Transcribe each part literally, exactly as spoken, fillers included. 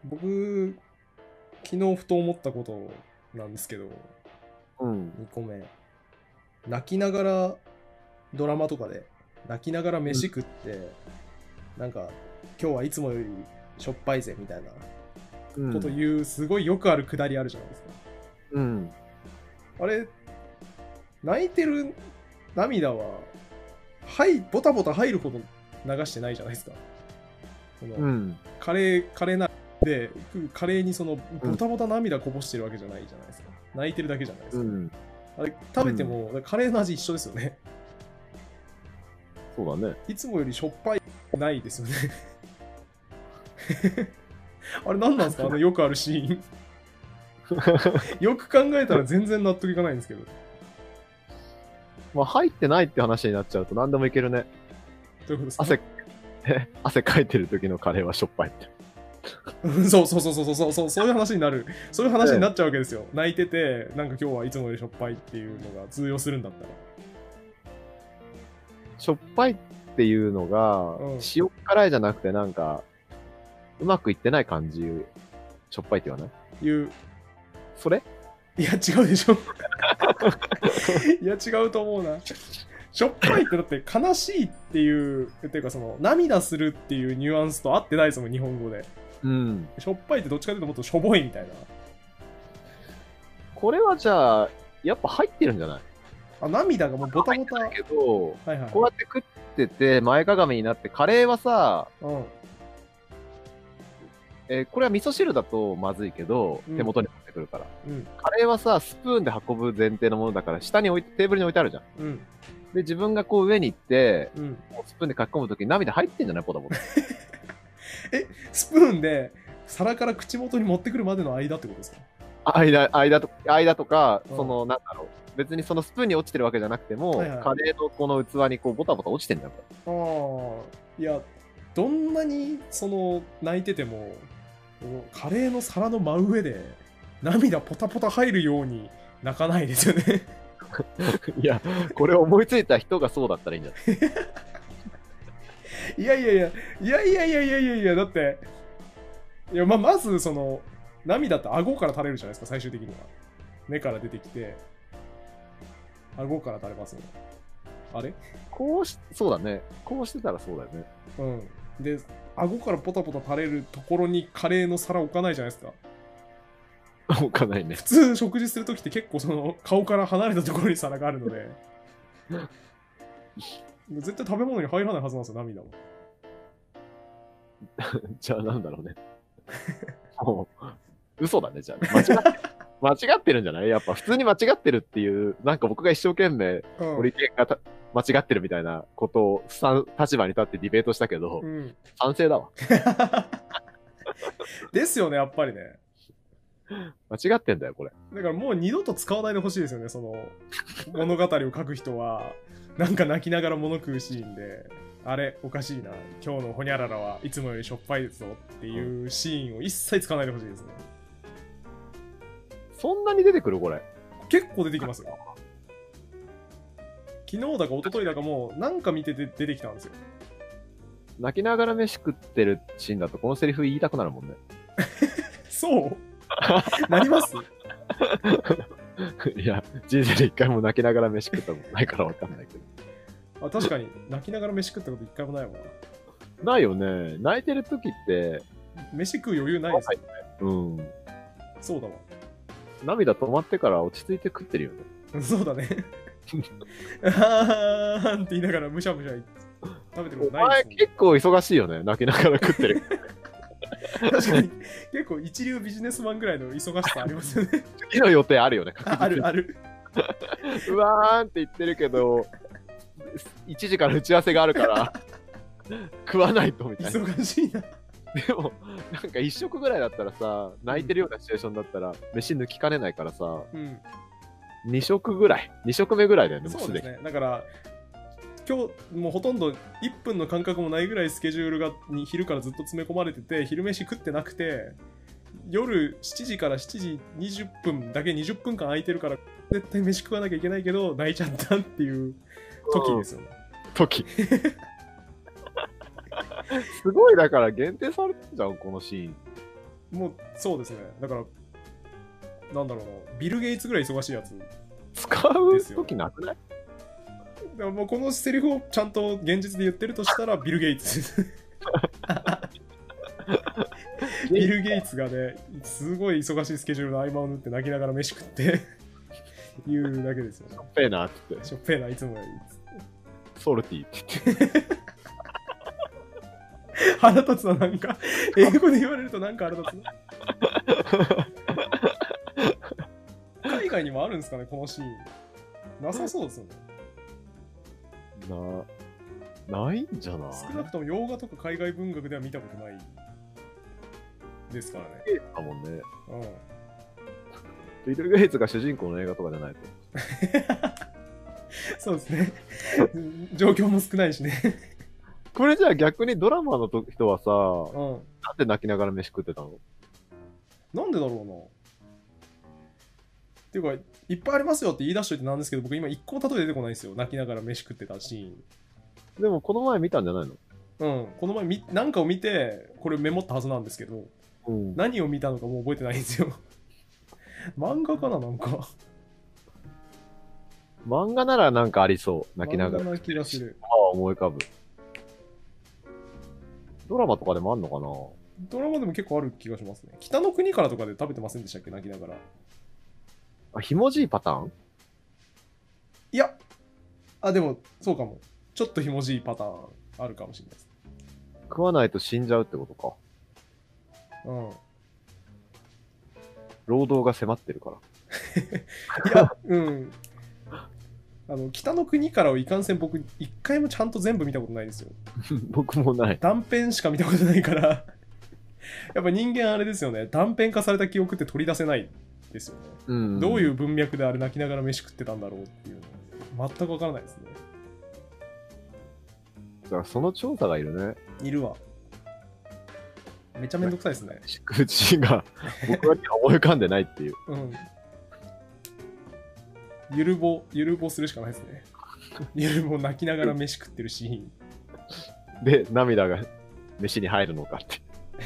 僕、昨日ふと思ったことなんですけど、 うん。 にこめ。泣きながら、ドラマとかで、泣きながらうん。 飯食って、なんか、今日はいつもよりしょっぱいぜみたいなことうん。 言う、すごいよくあるくだりあるじゃないですか。 うん。 あれ、泣いてる涙は、はい、ボタボタ入るほど流してないじゃないですか。そのうん。 カレー、カレーなで、カレーにそのうん。 ボタボタ涙こぼしてるわけじゃないじゃないですか。泣いてるだけじゃないですか。 うん。 あれ、食べてもカレーの味一緒ですよね。 そうだね。 いつもよりしょっぱいないですよね。あれ何なんですかあのよくあるシーン。よく考えたら全然納得いかないんですけど。 まあ、入ってないって話になっちゃうと何でもいけるね。 どういうことですか？ 汗、汗かいてる時のカレーはしょっぱいって。 そうそうそうそうそうそう、そういう話になる。そういう話になね、 っちゃうわけですよ。泣いてて、なんか今日はいつもよりしょっぱいっていうのが通用するんだったら。 しょっぱいっていうのが、 うん。 塩辛いじゃなくてなんか、うまくいってない感じ、しょっぱいって言わない？ いう。 それいや、違うでしょ。いや、違うと思うな。しょっぱいってだって悲しいっていう、っていうかその涙するっていうニュアンスと合ってないですもん、日本語で。 うん。 しょっぱいってどっちかというともっとしょぼいみたいな。 これはじゃあ、やっぱ入ってるんじゃない？ あ、涙がもうボタボタ。 だけど、 はいはい。 こうやって食ってて前かがみになって、カレーはさ、 うん。 えーこれは味噌汁だとまずいけど、 うん手元に持ってくるから。 うん。 カレーはさ、スプーンで運ぶ前提のものだから、下に置いて、テーブルに置いてあるじゃん。 うん。 で、自分がこう上に行って、 うん。 スプーンで書き込むときに涙入ってんじゃない？ポタポタ。 え、スプーンで皿から口元に持ってくるまでの間ってことですか？ 間、間と、間とか、 うん。 その、なんだろう。別にそのスプーンに落ちてるわけじゃなくても、 はいはい。 カレーのこの器にこうボタボタ落ちてんじゃん。 ああ。いや、どんなにその泣いてても、カレーの皿の真上で涙ポタポタ入るように泣かないですよね。 いや、これ思いついた人がそうだったらいいんじゃない？ いやいやいや、いやいやいやいやいやいや、だって、いや、ま、まずその、涙って顎から垂れるじゃないですか、最終的には。目から出てきて、顎から垂れますよね。あれこうし、そうだね。こうしてたらそうだよね。 うん。で、顎からポタポタ垂れるところにカレーの皿置かないじゃないですか。 置かないね。 普通食事するときって結構その顔から離れたところに皿があるので、絶対食べ物に入らないはずなんですよ、涙は。 じゃあなんだろうね。もう、嘘だね、じゃあ。間違ってる。間違ってるんじゃない？やっぱ普通に間違ってるっていう、なんか僕が一生懸命、 うんホリケンがた間違ってるみたいなことを、さ立場に立ってディベートしたけど、 うん。 賛成だわ。 ですよね、やっぱりね。 間違ってんだよ、これ。 だからもう二度と使わないでほしいですよね、その物語を書く人は。なんか泣きながら物食うシーンで、あれ、おかしいな、今日のホニャララはいつもよりしょっぱいですぞっていうシーンを一切使わないでほしいですね。 そんなに出てくるこれ。 結構出てきますよ。昨日だか一昨日だかもうなんか見てて出てきたんですよ。 泣きながら飯食ってるシーンだとこのセリフ言いたくなるもんね。 そうなります？ いや、人生で一回も泣きながら飯食ったことないからわかんないけど。 あ、確かに泣きながら飯食ったこと一回もないわ。 ないよね。泣いてる時って、 飯食う余裕ないですよ。 うん。 そうだわ。 涙止まってから落ち着いて食ってるよね。 そうだね。あーんって言いながらむしゃむしゃ食べてることお前ないです結構忙しいよね。泣きながら食ってる。 もん。確かに結構一流ビジネスマンぐらいの忙しさありますよね。 次の予定あるよね。 ああるある。 うわーんって言ってるけど、いちじから打ち合わせがあるから食わないとみたいな。 忙しいな。 でも、なんか一食ぐらいだったらさ、泣いてるようなシチュエーションだったら、飯抜きかねないからさ、 うん。 に食ぐらい、に食目ぐらいだよね、もうすでに。 そうですね。だから今日もうほとんどいっぷんの間隔もないぐらいスケジュールがに昼からずっと詰め込まれてて、昼飯食ってなくて、夜しちじからしちじにじゅっぷんだけにじゅっぷんかん空いてるから絶対飯食わなきゃいけないけど泣いちゃったっていう時ですよね。 時。すごい、だから限定されてんじゃん、このシーン。 もうそうですね。だからなんだろうな、ビル・ゲイツぐらい忙しいやつ。 使う時なくない？ でももうこのセリフをちゃんと現実で言ってるとしたらビル・ゲイツ。ビル・ゲイツがね、すごい忙しいスケジュールの合間を縫って泣きながら飯食って言うだけですよね。 しょっぺーなって言って。 しょっぺーな、いつもより。 ソルティって言って。 腹立つな、なんか。英語で言われるとなんか腹立つな。海外にもあるんですかね、このシーン。なさそうですよね。 な、ないんじゃない？ 少なくとも洋画とか海外文学では見たことないですからね。 だもんね。 うん。 ビル・ゲイツが主人公の映画とかじゃないと。 そうですね。状況も少ないしね。 これじゃあ逆にドラマの人はさ、 うん。 なんで泣きながら飯食ってたの？ なんでだろうな。っていうか、いっぱいありますよって言い出しといてなんですけど、僕今一個も例え出てこないんですよ。泣きながら飯食ってたシーン。 でもこの前見たんじゃないの？ うん。この前み、なんかを見て、これメモったはずなんですけど、 うん、 何を見たのかもう覚えてないんですよ。漫画かな、なんか。 漫画ならなんかありそう。泣きながら。 漫画な気がする。 ああ、思い浮かぶ。ドラマとかでもあんのかな？ ドラマでも結構ある気がしますね。北の国からとかで食べてませんでしたっけ、泣きながら。 あ、ひもじいパターン？ いや、あ、でも、そうかも。ちょっとひもじいパターンあるかもしれないです。 食わないと死んじゃうってことか。 うん。 労働が迫ってるから。 いや、うん。あの、北の国からをいかんせん僕、一回もちゃんと全部見たことないんですよ。 僕もない。 断片しか見たことないから、やっぱ人間あれですよね。断片化された記憶って取り出せないですよね。 うん、 どういう文脈であれ泣きながら飯食ってたんだろうっていうの全くわからないですね。 だからその調査がいるね。 いるわ。めちゃめんどくさいですね。 口が僕は思い浮かんでないっていう。 うん。ゆるぼ、ゆるぼするしかないですね。ゆるぼ泣きながら飯食ってるシーン。 で、涙が飯に入るのかって。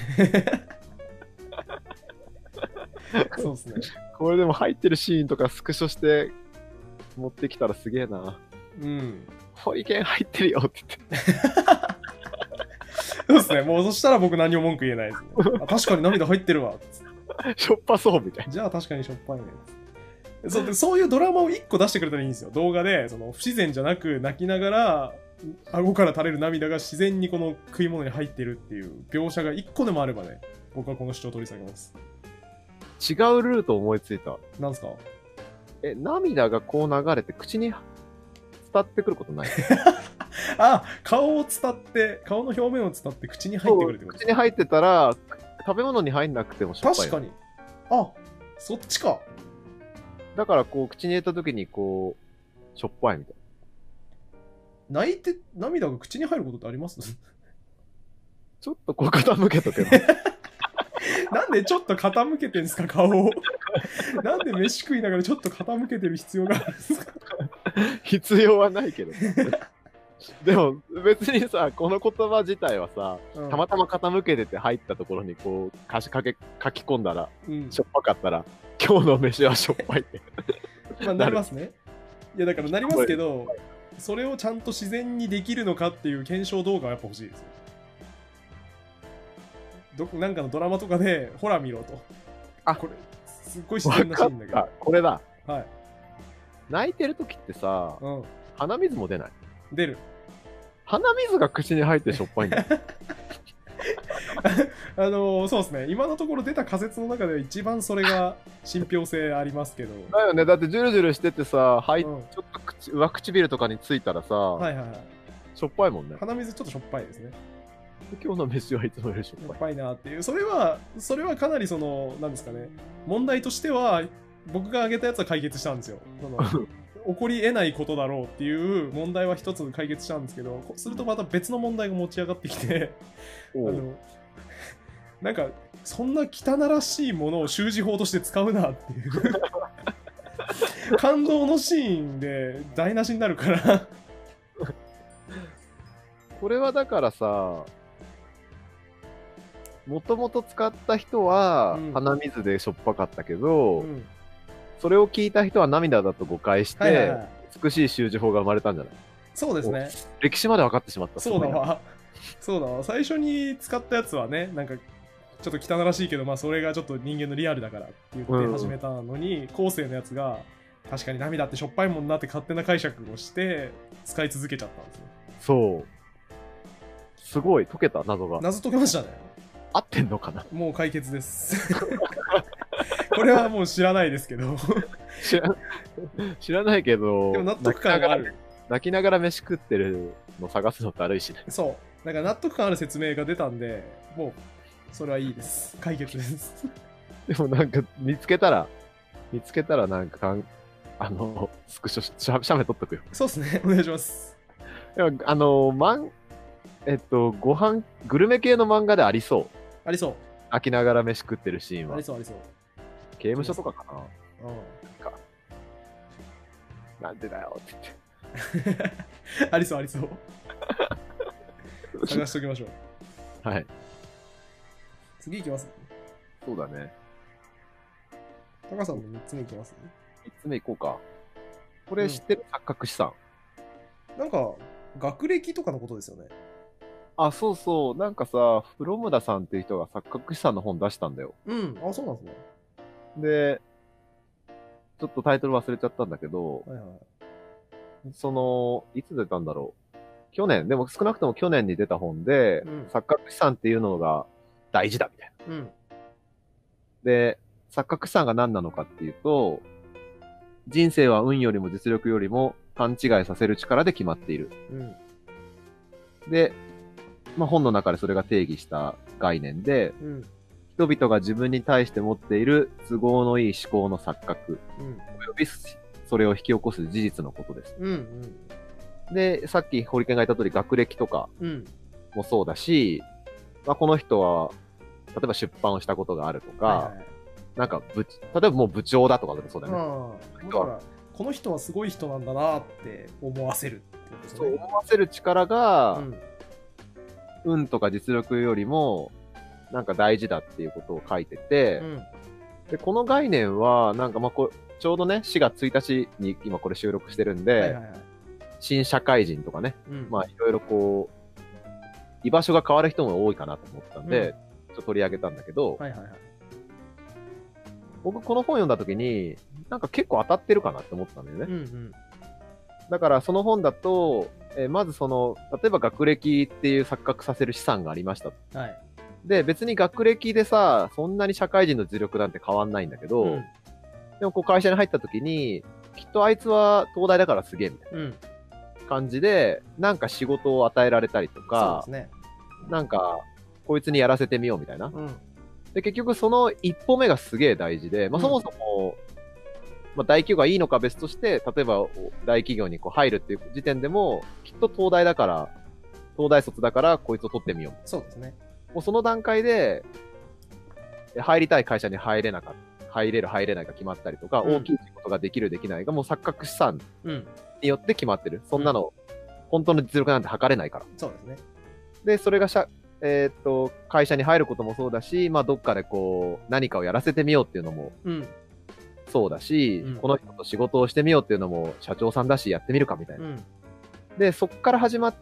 そうですね。 これでも入ってるシーンとかスクショして持ってきたらすげえな。 うん。 ホリケン入ってるよって言って。 そうですね。もうそしたら僕何も文句言えないですね。あ、確かに涙入ってるわ。 しょっぱそうみたいな。 じゃあ確かにしょっぱいね。そうでそういうドラマをいっこ出してくれたらいいんですよ。動画でその不自然じゃなく泣きながら顎から垂れる涙が自然にこの食い物に入ってるっていう描写がいっこでもあればね、僕はこの主張を取り下げます。 違うルート思いついた。 なんすか？ え、涙がこう流れて口に伝ってくることない？ あ、顔を伝って、顔の表面を伝って口に入ってくるってこと？ 口に入ってたら、食べ物に入んなくてもしょっぱい。 確かに。あ、そっちか。 だからこう口に入れた時にこう、しょっぱいみたいな。泣いて涙が口に入ることってあります？ ちょっとこう傾けとけば。 なんでちょっと傾けてんですか、顔を。なんで飯食いながらちょっと傾けてる必要があるんですか？ 必要はないけど。でも別にさ、この言葉自体はさ、うん、たまたま傾けてて入ったところにこう歌詞かけ書き込んだら、うん、しょっぱかったら今日の飯はしょっぱいってまあなりますね。いやだからなりますけど、それをちゃんと自然にできるのかっていう検証動画はやっぱ欲しいですよ。どなんかのドラマとかでほら見ろと。あ、これすっごい自然なシーンだけど。 これだ。 はい。 泣いてる時ってさ、うん、鼻水も出ない？ 出る。 鼻水が口に入ってしょっぱいんだよ。 あのー、そうですね。今のところ出た仮説の中では一番それが信憑性ありますけど。 だよね。だってジュルジュルしててさ、はい、うん、ちょっと口上唇とかについたらさ、はいはいはい、しょっぱいもんね。 鼻水ちょっとしょっぱいですね。 今日の飯はいつもよりしょっぱい。 しょっぱいなっていう。それは、それはかなりその、なんですかね。問題としては、僕が挙げたやつは解決したんですよ。その起こり得ないことだろうっていう問題は一つ解決したんですけど、するとまた別の問題が持ち上がってきてあのなんかそんな汚らしいものを習字法として使うなっていう感動のシーンで台無しになるからこれはだからさ、ももともと使った人はうん鼻水でしょっぱかったけど、 うんそれを聞いた人は涙だと誤解して、 はいはいはい、 美しい習字法が生まれたんじゃない？ そうですね。 歴史まで分かってしまった。 そうだわ。そうだわ。最初に使ったやつはね、なんかちょっと汚らしいけど、まあそれがちょっと人間のリアルだからって言って始めたのに、後世のやつが確かに涙ってしょっぱいもんなって勝手な解釈をして使い続けちゃったんですよ。 そう。すごい、解けた謎が。 謎解けましたね。 合ってんのかな？ もう解決です。これはもう知らないですけど。 知ら知らないけど、 でも納得感がある。 泣きながら飯食ってるの探すのって悪いしね。 そう。だから納得感ある説明が出たんで、もう、それはいいです。解決です。 でもなんか、見つけたら、見つけたらなんかかん、あの、スクショし、写写メ撮っとくよ。 そうですね。お願いします。 でもあの、まん、えっと、ご飯、グルメ系の漫画でありそう。 ありそう。 泣きながら飯食ってるシーンはあり。そう、ありそう。 刑務所とかかな。 うん。 なんでだよって言って。 ありそう、ありそう。探しておきましょう。 はい。 次いきます。 そうだね。 タカさんのみっつめいきます。 みっつめいこうか。これ知ってる？錯覚資産。 なんか、学歴とかのことですよね。 あ、そうそう。なんかさ、フロムダさんっていう人が錯覚資産の本出したんだよ。 うん。あ、そうなんですね。 で、ちょっとタイトル忘れちゃったんだけど、 はいはい。 その、いつ出たんだろう。去年、でも少なくとも去年に出た本で、 うん錯覚資産っていうのが大事だみたいな。 うん。 で、錯覚資産が何なのかっていうと、人生は運よりも実力よりも勘違いさせる力で決まっている。 うん。 で、まあ、本の中でそれが定義した概念で、 うん。 人々が自分に対して持っている都合のいい思考の錯覚、 うん。 およびそれを引き起こす事実のことです。 うん。 で、さっき堀健が言った通り学歴とかうん。 もそうだし、まあ、この人は、例えば出版をしたことがあるとか、 はいはい、 なんか部、例えばもう部長だとかでもそうだよね。 ああ、だから、この人はすごい人なんだなって思わせるってことですね。 そう思わせる力が、 うん、 運とか実力よりも、なんか大事だっていうことを書いてて、 うん、 で、この概念は、なんかまあこちょうどね、しがついたちに今これ収録してるんで、 はいはいはい、 新社会人とかね、 うん、 まあいろいろこう、居場所が変わる人も多いかなと思ったんで、 うん、 ちょっと取り上げたんだけど、 はいはいはい、 僕この本読んだ時に、なんか結構当たってるかなって思ったんだよね。 うんうん、 だからその本だと、えーまずその、例えば学歴っていう錯覚させる資産がありました。 はい、 で、別に学歴でさ、そんなに社会人の実力なんて変わんないんだけど、 うん、 でもこう会社に入った時に、きっとあいつは東大だからすげえみたいうん、 な感じで、なんか仕事を与えられたりとそうか、 ですね。 なんか、こいつにやらせてみようみたいな。 うん、 で、結局その一歩目がすげえ大事で、まあうんそもそも、まあ大企業がいいのか別として、例えば大企業にこう入るっていう時点でも、きっと東大だから、東大卒だからこいつを取ってみよう。 そうですね。 もうその段階で、入りたい会社に入れなかった、入れる入れないが決まったりとか、 うん大きい仕事ができるできないがもう錯覚資産うん、 によって決まってる。そんなの、本当の実力なんて測れないから。 そうですね。 で、それが社、えーっと、会社に入ることもそうだし、まあ、どっかでこう、何かをやらせてみようっていうのもうん、 そうだし、 うんこの人と仕事をしてみようっていうのも社長さんだし、やってみるかみたいな。 うん、 で、そっから始まって、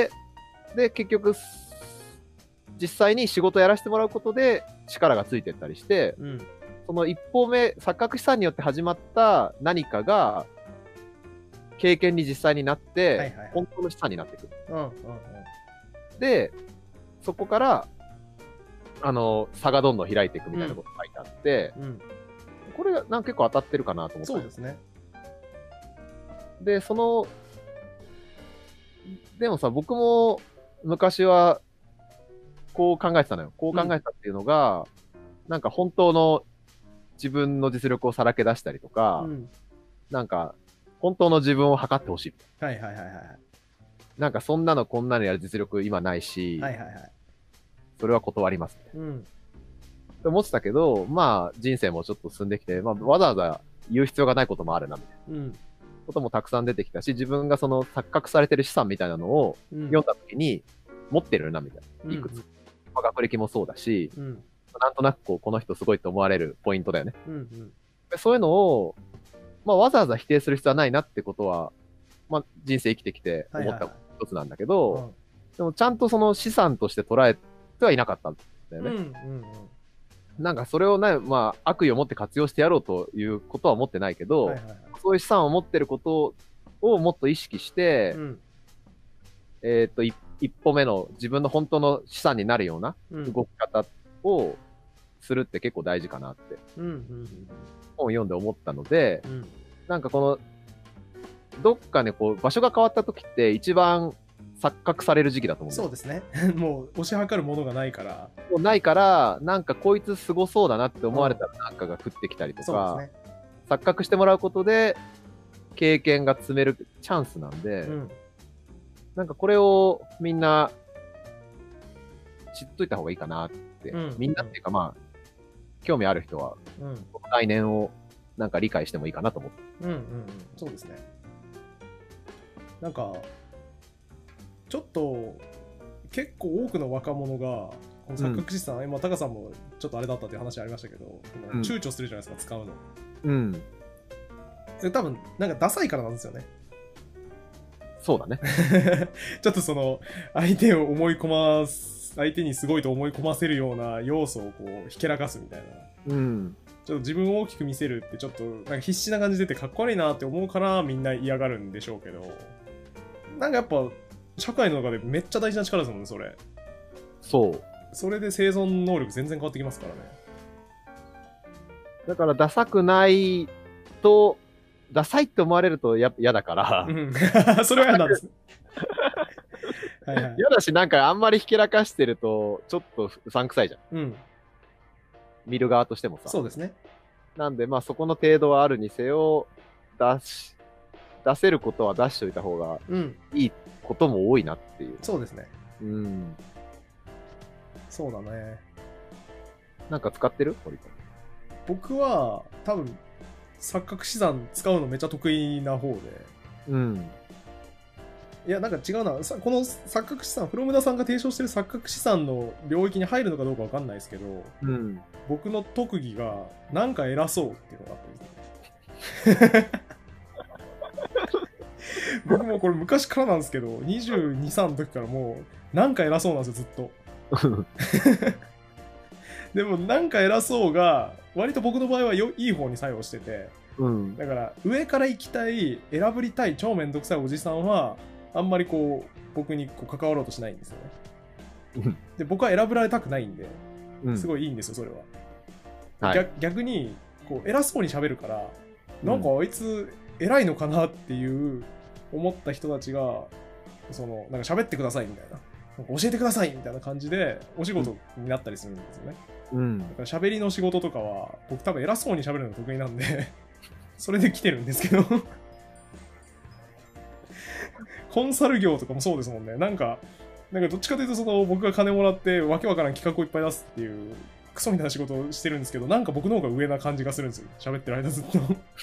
で、結局、実際に仕事をやらせてもらうことで力がついてったりして、 うん、 その一歩目、錯覚資産によって始まった何かが、経験に実際になって、 はいはいはい本当の資産になってくる。 うん、うん、 で、そこから、あの、差がどんどん開いていくみたいなことが書いてあって、 うん、 これがなんか結構当たってるかなと思って。 そうですね。 で、その、でもさ、僕も昔は、こう考えてたのよ。こう考えてたっていうのが、なんか本当の自分の実力をさらけ出したりとか、 うん、 なんか、本当の自分を測ってほしい。 はいはいはいはい。 なんかそんなのこんなのやる実力今ないし、 はいはいはい。 それは断ります。 うん、 って思ってたけど、まあ人生もちょっと進んできて、まあわざわざ言う必要がないこともあるな、みたいなうん、 こともたくさん出てきたし、自分がその錯覚されてる資産みたいなのをうん、 読んだ時に持ってるな、みたいな。いくつ。 まあ、学歴もそうだし、 うん、 なんとなくこうこの人すごいと思われるポイントだよね。 うんうん、 そういうのを、まあ、わざわざ否定する必要はないなってことは、まあ、人生生きてきて思った一つなんだけど、はいはいはい、でもちゃんとその資産として捉えてはいなかったんだよね。うんうんうん、なんかそれをね、まあ、悪意を持って活用してやろうということは思ってないけど、はいはいはい、そういう資産を持ってることをもっと意識して、うん、えっと、一歩目の自分の本当の資産になるような動き方をするって結構大事かなって、うんうんうん、本を読んで思ったので、うん、なんかこの、どっかね、こう、場所が変わった時って一番錯覚される時期だと思うんですよ。そうですね。もう、推し量るものがないから。 もうないから、なんかこいつすごそうだなって思われたらなんかが降ってきたりとか、うんね、錯覚してもらうことで、経験が積めるチャンスなんで、うん、なんかこれをみんな、知っといた方がいいかなって、うん、みんなっていうかまあ、興味ある人は、うん、概念をなんか理解してもいいかなと思って。 うんうんうん、そうですね。なんか、ちょっと、結構多くの若者が、この錯覚資産、うん、今、タカさんもちょっとあれだったっていう話ありましたけど、うん、躊躇するじゃないですか、使うの。うん。それ多分、なんかダサいからなんですよね。 そうだね。 ちょっとその、相手を思い込ます、相手にすごいと思い込ませるような要素をこう、ひけらかすみたいな。うん。ちょっと自分を大きく見せるってちょっと、なんか必死な感じ出てかっこ悪いなって思うからみんな嫌がるんでしょうけど、なんかやっぱ、社会の中でめっちゃ大事な力ですもんね、それ。 そう。 それで生存能力全然変わってきますからね。 だからダサくないと、ダサいって思われるとや嫌だから。うん、 それは嫌なんです。 はいはい、嫌だし、なんかあんまりひけらかしてると、ちょっとうさんくさいじゃん。うん。見る側としてもさ。 そうですね。 なんで、まあそこの程度はあるにせよ、出し、出せることは出しておいた方がいいことも多いなっていう。うん、 そうですね。うん。そうだね。 なんか使ってる？堀君。 僕は多分錯覚資産使うのめっちゃ得意な方で。うん。いやなんか違うな。この錯覚資産、フロムダさんが提唱してる錯覚資産の領域に入るのかどうかわかんないですけど、うん、僕の特技がなんか偉そうっていうのがあったんですね。僕もこれ昔からなんですけど、にじゅうに、さんの時からもうなんか偉そうなんですよ、ずっと。でもなんか偉そうが割と僕の場合はよいい方に作用してて、うん、だから上から行きたい選ぶりたい超めんどくさいおじさんはあんまりこう僕にこう関わろうとしないんですよね。で僕は選ぶられたくないんで、すごいいいんですよそれは。はい、逆, 逆にこう偉そうに喋るから、なんかあいつ偉いのかなっていう思った人たちがそのなんか喋ってくださいみたいな、なんか教えてくださいみたいな感じでお仕事になったりするんですよね。うん、だから喋りの仕事とかは僕多分偉そうに喋るのが得意なんでそれで来てるんですけどコンサル業とかもそうですもんね。なんかなんかどっちかというとその僕が金もらってわけわからん企画をいっぱい出すっていうクソみたいな仕事をしてるんですけど、なんか僕の方が上な感じがするんですよ、喋ってる間ずっと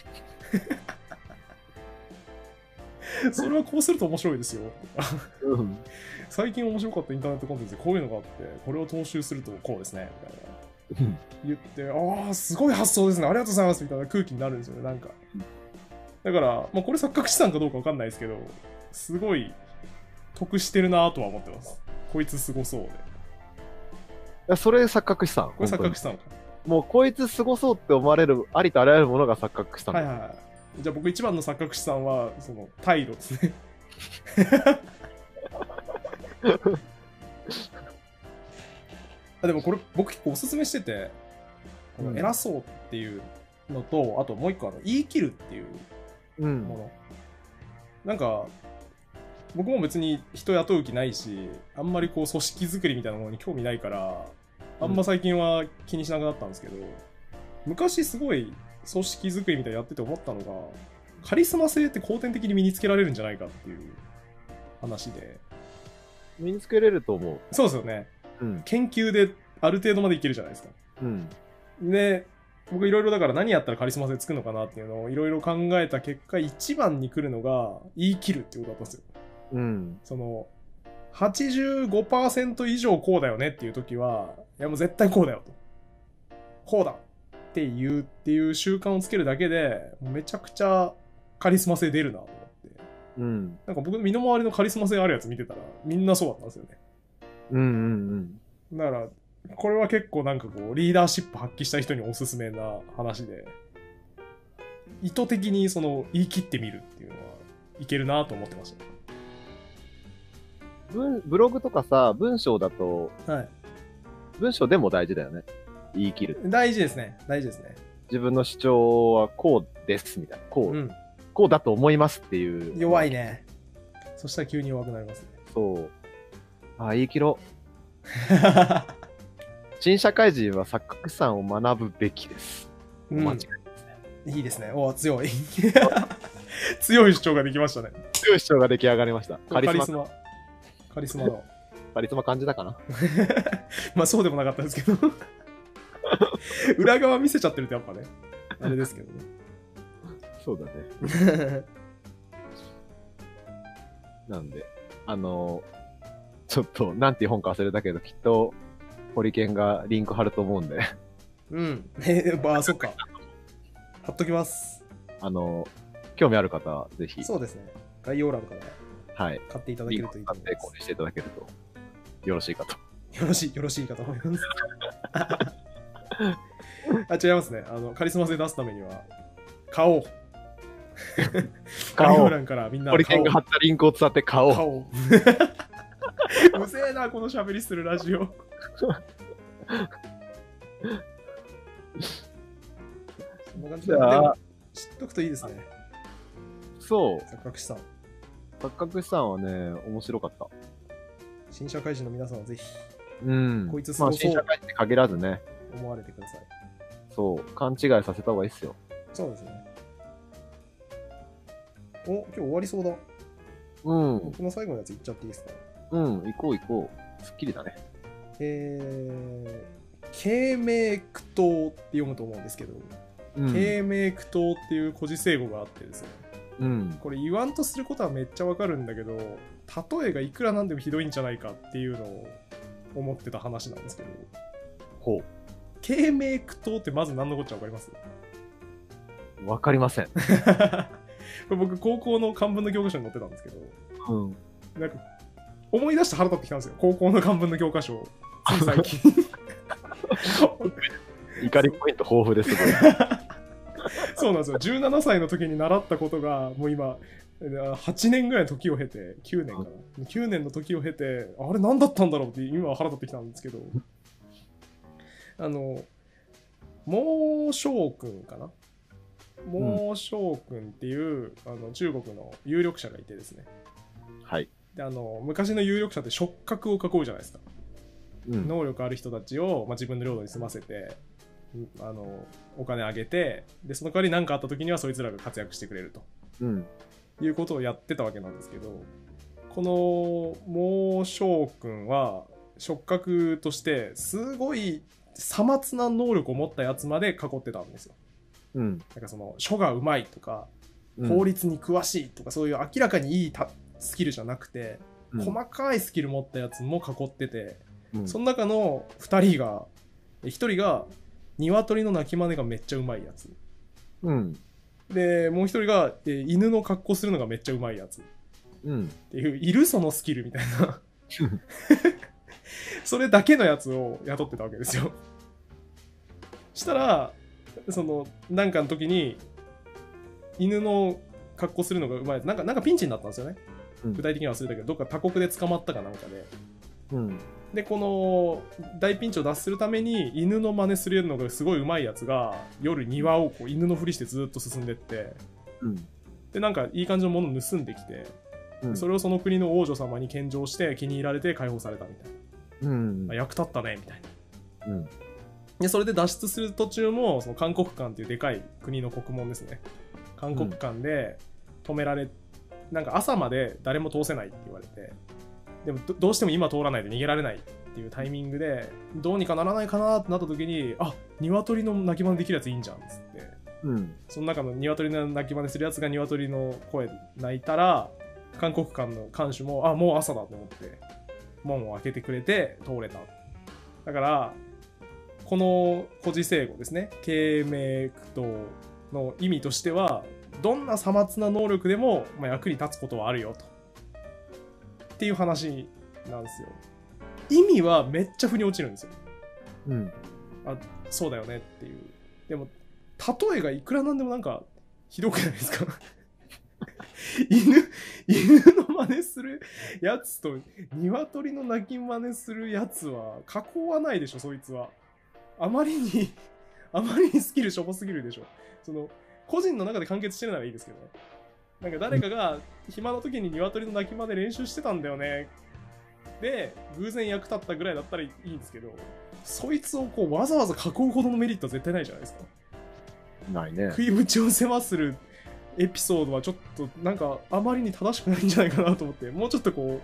それはこうすると面白いですようん、最近面白かったインターネットコンテンツでこういうのがあってこれを踏襲するとこうですねみたいな言って、ああすごい発想ですね、ありがとうございますみたいな空気になるんですよね。なんかだから、まあ、これ錯覚資産かどうかわかんないですけど、すごい得してるなとは思ってます。こいつすごそうで。いやそれ錯覚資産。 これ錯覚資産か。 もうこいつすごそうって思われるありとあらゆるものが錯覚資産。はいはいはい。 じゃあ僕一番の錯覚資産はその態度ですねあ。でもこれ僕結構おすすめしてて、この偉そうっていうのと、うん、あともう一個あの言い切るっていうもの、うん、なんか僕も別に人雇う気ないし、あんまりこう組織作りみたいなものに興味ないからあんま最近は気にしなくなったんですけど、うん、昔すごい組織作りみたいなやってて思ったのが、カリスマ性って後天的に身につけられるんじゃないかっていう話で。 身につけれると思う。 そうですよね、うん、研究である程度までいけるじゃないですか、うん、で僕いろいろだから何やったらカリスマ性つくのかなっていうのをいろいろ考えた結果、一番に来るのが言い切るってことだったんですよ、うん、そのはちじゅうごパーセント 以上こうだよねっていう時は、いやもう絶対こうだよと。こうだって言うっていう習慣をつけるだけで、めちゃくちゃカリスマ性出るなと思って。 うん。 なんか僕の身の回りのカリスマ性あるやつ見てたら、みんなそうだったんですよね。 うんうんうん。だから、これは結構なんかこう、リーダーシップ発揮した人におすすめな話で、意図的にその言い切ってみるっていうのはいけるなと思ってました。 文ブログとかさ、文章だと、 はい。 文章でも大事だよね。言い切る。 大事ですね。大事ですね。 自分の主張はこうですみたいな。こう、 うん、 こうだと思いますっていう。 弱いね。そしたら急に弱くなりますね。 そう。ああ、言い切ろう。新社会人は錯覚算を学ぶべきです。 うん、間違いですね。いいですね。お、強い。強い主張ができましたね。 強い主張が出来上がりました。 カリスマ。カリスマ。カリスマの。 カリスマ感じだかな。 まあそうでもなかったですけど。裏側見せちゃってるとやっぱね。あれですけどね。 そうだね。なんで、あのー、ちょっと、なんていう本か忘れたけど、きっと、ホリケンがリンク貼ると思うんで。 うん。えー、あ、そっか。貼っときます。 あのー、興味ある方は、ぜひ。 そうですね。概要欄からはい。 買っていただけるといいと思います。 リンク買って購入していただけると、よろしいかと。 よろしい、よろしいかと思います。あ、違いますね。あの、カリスマ性出すためには、買おう。概要欄からみんなホリケンが貼ったリンクを伝って買おう。 買おう。うぜえな、この喋りするラジオ。そんな感じで、でも知っとくといいですね。 そう。 錯覚資産。 錯覚資産はね、面白かった。 新社会人の皆さんはぜひ、 うん。 こいつすごそう、 まあ、新社会人に限らずね。 思われてください。 そう。勘違いさせた方がいいっすよ。 そうですね。お、今日終わりそうだ。 うん。 僕の最後のやついっちゃっていいですか？ うん、行こう行こう。すっきりだね。 えー、慶明苦闘って読むと思うんですけど、うん、慶明苦闘っていう古事成語があってですね。 うん。 これ言わんとすることはめっちゃわかるんだけど、例えがいくらなんでもひどいんじゃないかっていうのを思ってた話なんですけど。 ほう。 慶明苦闘ってまず何のこっちゃわかります？ わかりません。 これ僕高校の漢文の教科書に載ってたんですけど、 うん、 なんか思い出して腹立ってきたんですよ。高校の漢文の教科書をつい最近。 怒りポイント豊富ですごい。 そうなんですよ。じゅうななさいの時に習ったことがもう今はちねんぐらいの時を経て、きゅうねんかな、きゅうねんの時を経て、あれ何だったんだろうって今は腹立ってきたんですけど、あの孟昭君かな、孟昭君っていう、うん、あの中国の有力者がいてですね。 はい。 で、あの昔の有力者って触覚を囲うじゃないですか。うん、能力ある人たちを、まあ、自分の領土に住ませて、あのお金あげて、でその代わり何かあった時にはそいつらが活躍してくれると、うん、いうことをやってたわけなんですけど、この孟昭君は触覚としてすごいさまつな能力を持ったやつまで囲ってたんですよ。うん、なんかその書がうまいとか法律に詳しいとか、そういう明らかにいいスキルじゃなくて、うん、細かいスキル持ったやつも囲ってて、うん、その中のふたりが、ひとりが鶏の鳴き真似がめっちゃうまいやつ、うん、でもう一人がえ犬の格好するのがめっちゃうまいやつ、うん、っていう、いるそのスキルみたいなそれだけのやつを雇ってたわけですよ。したらそのなんかの時に犬の格好するのがうまいやつ、なんかなんかピンチになったんですよね、うん、具体的には忘れたけど、どっか他国で捕まったかなんかで、うん、でこの大ピンチを脱するために犬の真似するのがすごい上手いやつが夜庭をこう犬のふりしてずっと進んでって、うん、でなんかいい感じのものを盗んできて、うん、それをその国の王女様に献上して気に入られて解放されたみたいな、うん、役立ったねみたいな、うん、でそれで脱出する途中もその函谷関っていうでかい国の国門ですね、函谷関で止められ、なんか朝まで誰も通せないって言われて、でも ど, どうしても今通らないと逃げられないっていうタイミングでどうにかならないかなってなった時に、あ、鶏の鳴き真似できるやついいんじゃんっつって、うん、その中の鶏の鳴き真似するやつが鶏の声で鳴いたら、韓国館の看守もあもう朝だと思って門を開けてくれて通れた。だからこの古事成語ですね、慶明苦闘の意味としては、どんなさまつな能力でも、まあ、役に立つことはあるよとっていう話なんですよ。意味はめっちゃ腑に落ちるんですよ。 うん。 あ、そうだよねっていう。でも例えがいくらなんでもなんかひどくないですか犬犬の真似するやつと鶏の鳴き真似するやつは加工はないでしょ、そいつは。あまりにあまりにスキルしょぼすぎるでしょ。その個人の中で完結してるならいいですけどね。なんか誰かが暇な時に鶏の鳴き真似練習してたんだよねで偶然役立ったぐらいだったらいいんですけど、そいつをこうわざわざ囲うほどのメリットは絶対ないじゃないですか。ないね。食いぶちを世話するエピソードはちょっとなんかあまりに正しくないんじゃないかなと思って、もうちょっとこ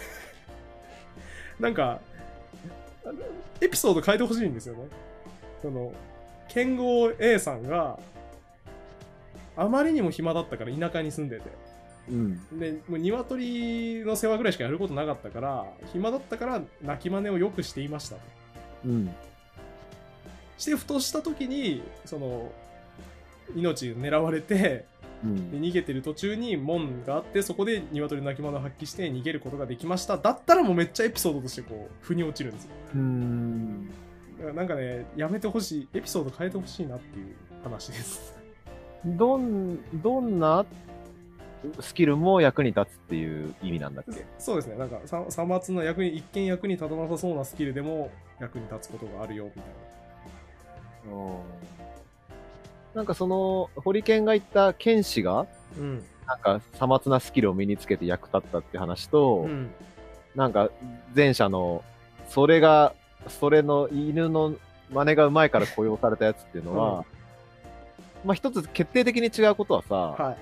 うなんかエピソード変えてほしいんですよね。その剣豪 A さんがあまりにも暇だったから田舎に住んでて、うん、でもう鶏の世話ぐらいしかやることなかったから暇だったから鳴き真似をよくしていましたと、うん、してふとした時にその命狙われて、うん、で逃げてる途中に門があってそこで鶏の鳴き真似を発揮して逃げることができました。だったらもうめっちゃエピソードとしてこう腑に落ちるんですよ。うーん、だからなんかねやめてほしい、エピソード変えてほしいなっていう話です。どんどんなスキルも役に立つっていう意味なんだっけ？そうですね。なんかささまつな役に一見役に立たなさそうなスキルでも役に立つことがあるよみたいな。うん、なんかそのホリケンが言った剣士が、うん、なんかさまつなスキルを身につけて役立ったって話と、うん、なんか前者のそれがそれの犬の真似がうまいから雇用されたやつっていうのは、うん、まあ一つ決定的に違うことはさ、はい、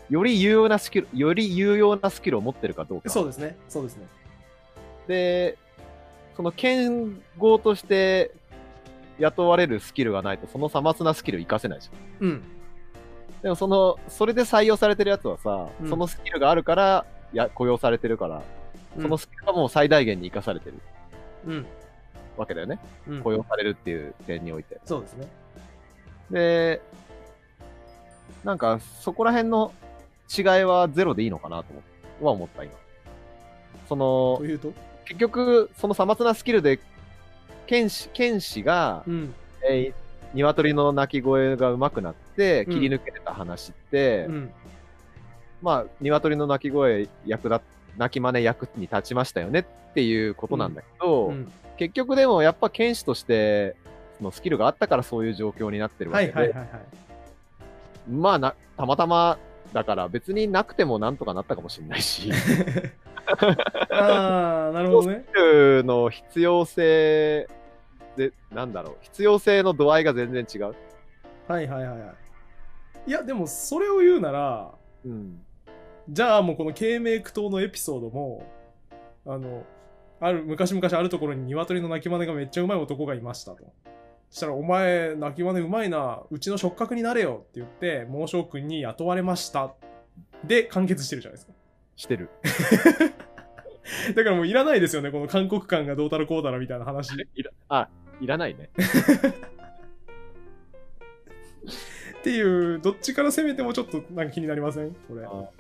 より有用なスキル、より有用なスキルを持ってるかどうか。そうですね。そうですね。で、その剣豪として雇われるスキルがないと、そのさまつなスキルを活かせないじゃん。うん。でもその、それで採用されてるやつはさ、うん、そのスキルがあるから、や、雇用されてるから、うん、そのスキルがもう最大限に活かされてる。うん。わけだよね。うん、雇用されるっていう点において。そうですね。で、なんか、そこら辺の違いはゼロでいいのかなとは思った、今。その、というと結局、そのさまつなスキルで、剣士、剣士が、うん、えー、鶏の鳴き声が上手くなって、切り抜けてた話って、うん、まあ、鶏の鳴き声役立、鳴き真似役に立ちましたよねっていうことなんだけど、うんうん、結局でもやっぱ剣士として、そのスキルがあったからそういう状況になってるわけで、はいはいはいはい、まあな、たまたまだから別になくてもなんとかなったかもしれないし。ああ、なるほどね。スキルの必要性で、なんだろう、必要性の度合いが全然違う。はいはいはいはい。いや、でもそれを言うなら、うん、じゃあもうこの慶明苦闘のエピソードも、あの、ある、昔々あるところに鶏の鳴き真似がめっちゃうまい男がいましたと。そしたら、お前、鳴き真似うまいな、うちの触覚になれよって言って、孟将君に雇われました。で、完結してるじゃないですか。してる。だからもういらないですよね、この韓国感がどうたらこうたらみたいな話。いら、あ、いらないね。っていう、どっちから攻めてもちょっとなんか気になりませんこれ。あ、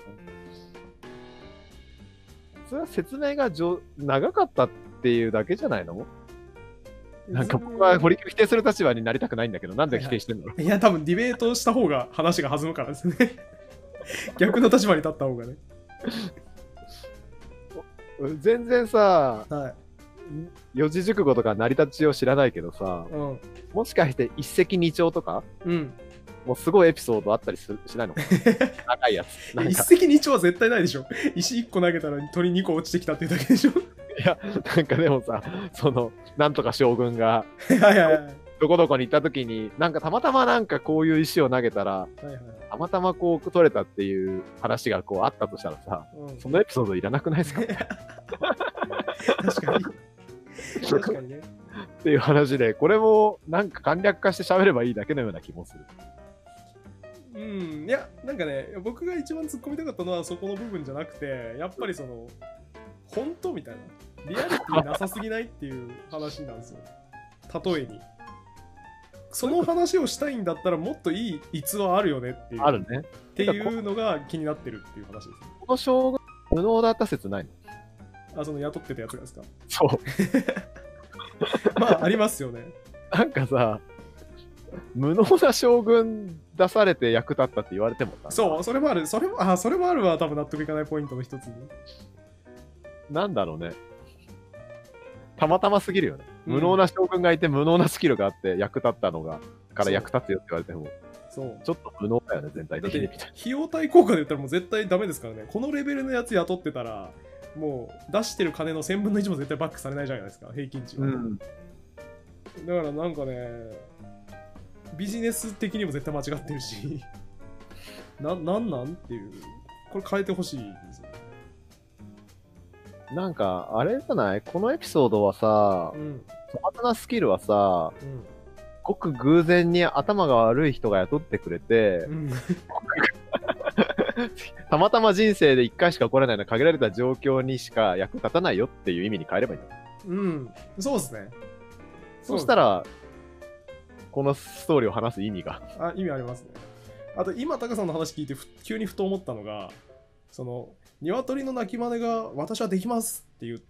それは説明がじょ長かったっていうだけじゃないの？なんか僕は堀木を否定する立場になりたくないんだけど、なんで否定してんの？はいはい、いや、多分ディベートした方が話が弾むからですね。逆の立場に立った方がね。全然さ、はい、四字熟語とか成り立ちを知らないけどさ、うん、もしかして一石二鳥とか、うん、もうすごいエピソードあったりすしないのかな。長いやつ。一石二鳥は絶対ないでしょ。石一個投げたら鳥二個落ちてきたっていうだけでしょ。いや、なんかでもさ、その、なんとか将軍が、はいはいはい、どこどこに行った時に、なんかたまたまなんかこういう石を投げたら、はいはい、たまたまこう取れたっていう話がこうあったとしたらさ、うん、そのエピソードいらなくないですか？確かに。確かにね。っていう話で、これもなんか簡略化して喋ればいいだけのような気もする。うん、いや、なんかね、僕が一番突っ込みたかったのはそこの部分じゃなくて、やっぱりその、本当みたいな。 リアリティなさすぎないっていう話なんですよ。例えに。その話をしたいんだったらもっといい逸話あるよねっていう。 あるね。 っていうのが気になってるっていう話です、ね。 この将軍、無能だった説ないの？ あ、その雇ってたやつがですか？ そう。 まあ、ありますよね。 なんかさ、無能な将軍出されて役立ったって言われてもさ。 そう、それもある。それも、あ、それもあるわ。多分納得いかないポイントの一つに。 なんだろうね。たまたますぎるよね。無能な将軍がいて、無能なスキルがあって役立ったのが、から役立つよって言われても。そう。ちょっと無能だよね、全体的に。 費用対効果で言ったらもう絶対ダメですからね。このレベルのやつ雇ってたら、もう出してる金のせんぶんのいちも絶対バックされないじゃないですか、平均値は。うん、だからなんかね、ビジネス的にも絶対間違ってるし、な、なんなんっていう、これ変えてほしいんですよ。 なんか、あれじゃない？このエピソードはさ、うん、粗末なスキルはさ、うん、ごく偶然に頭が悪い人が雇ってくれて、うん、たまたま人生でいっかいしか起こらないの限られた状況にしか役立たないよっていう意味に変えればいいんだ。 うん、そうですね。 そしたら、このストーリーを話す意味が。 あ、意味ありますね。あと、今、タカさんの話聞いて、急にふと思ったのが、その、鶏の鳴き真似が私はできますって言って、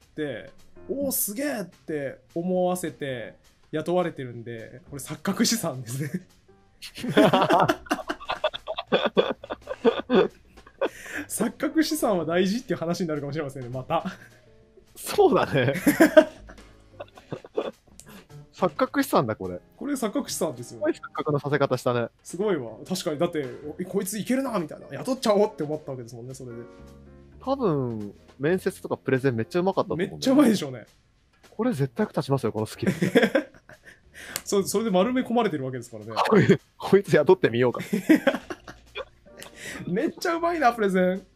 おお、すげえって思わせて雇われてるんで、これ錯覚資産ですね。錯覚資産は大事っていう話になるかもしれませんね、また。 そうだね。錯覚資産だ、これ。 これ錯覚資産ですよ、 ね。すごい錯覚のさせ方したね。 すごいわ。確かに、だって、こいついけるな、みたいな。雇っちゃおうって思ったわけですもんね、それで。 多分、面接とかプレゼンめっちゃうまかったと思う、ね。 めっちゃうまいでしょうね。 これ絶対役立ちますよ、このスキル。 そ, それで丸め込まれてるわけですからね。 こいつ雇ってみようか。 めっちゃうまいな、プレゼン。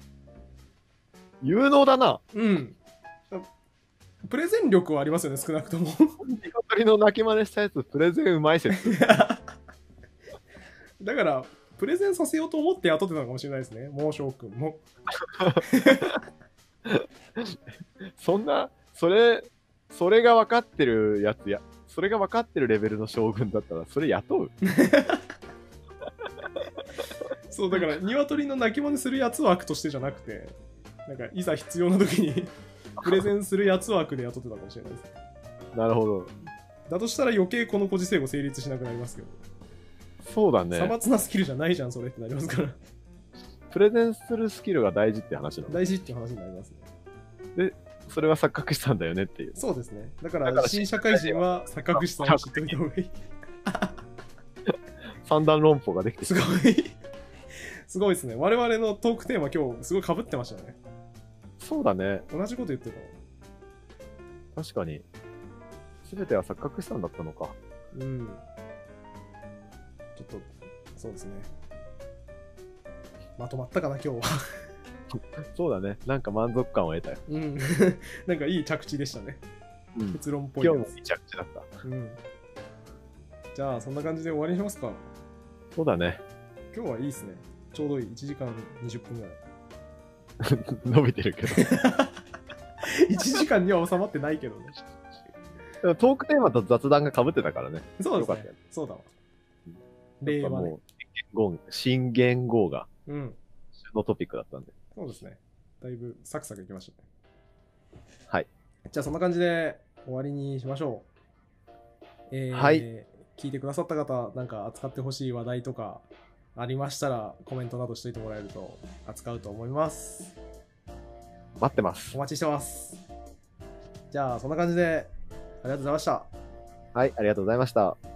有能だな。 うん。プレゼン力はありますよね、少なくとも。 鶏の鳴き真似したやつ、プレゼンうまい説。 だから、プレゼンさせようと思って雇ってたのかもしれないですね、猛将君も。 そんな、それ、それが分かってるやつや、それが分かってるレベルの将軍だったら、それ雇うそう、だから、鶏の鳴き真似するやつ枠としてじゃなくて、なんか、いざ必要な時に、プレゼンするやつ枠で雇ってたかもしれないです。 なるほど。 だとしたら余計この孤児生語成立しなくなりますけど。 そうだね。 さまつなスキルじゃないじゃん、それってなりますから。 プレゼンするスキルが大事って話なの。 大事っていう話になりますね。 で、それは錯覚したんだよねっていう。 そうですね。だから、から新社会人は錯覚したを知っておいた方がいい。 三段論法ができてすごい。すごいですね。我々のトークテーマ今日すごい被ってましたね。 そうだね。 同じこと言ってた。確かに。すべては錯覚したんだったのか。 うん。ちょっと、そうですね。まとまったかな、今日は。 そうだね。なんか満足感を得たよ。 うん。なんかいい着地でしたね。うん、結論っぽい。 今日もいい着地だった。 うん。じゃあ、そんな感じで終わりにしますか。 そうだね。 今日はいいですね。ちょうどいい。いちじかんにじゅっぷんぐらい。 伸びてるけど。 いちじかんには収まってないけどね。 でもトークテーマと雑談が被ってたからね。 そうですね。そうだわ。令和ね。 新元号が、 うん。 のトピックだったんで。 そうですね。だいぶサクサクいきましたね。 はい。 じゃあそんな感じで終わりにしましょう。えー、 はい。 聞いてくださった方、なんか扱ってほしい話題とかありましたら、コメントなどしといてもらえると扱うと思います。 待ってます。 お待ちしてます。じゃあそんな感じで、ありがとうございました。 はい、ありがとうございました。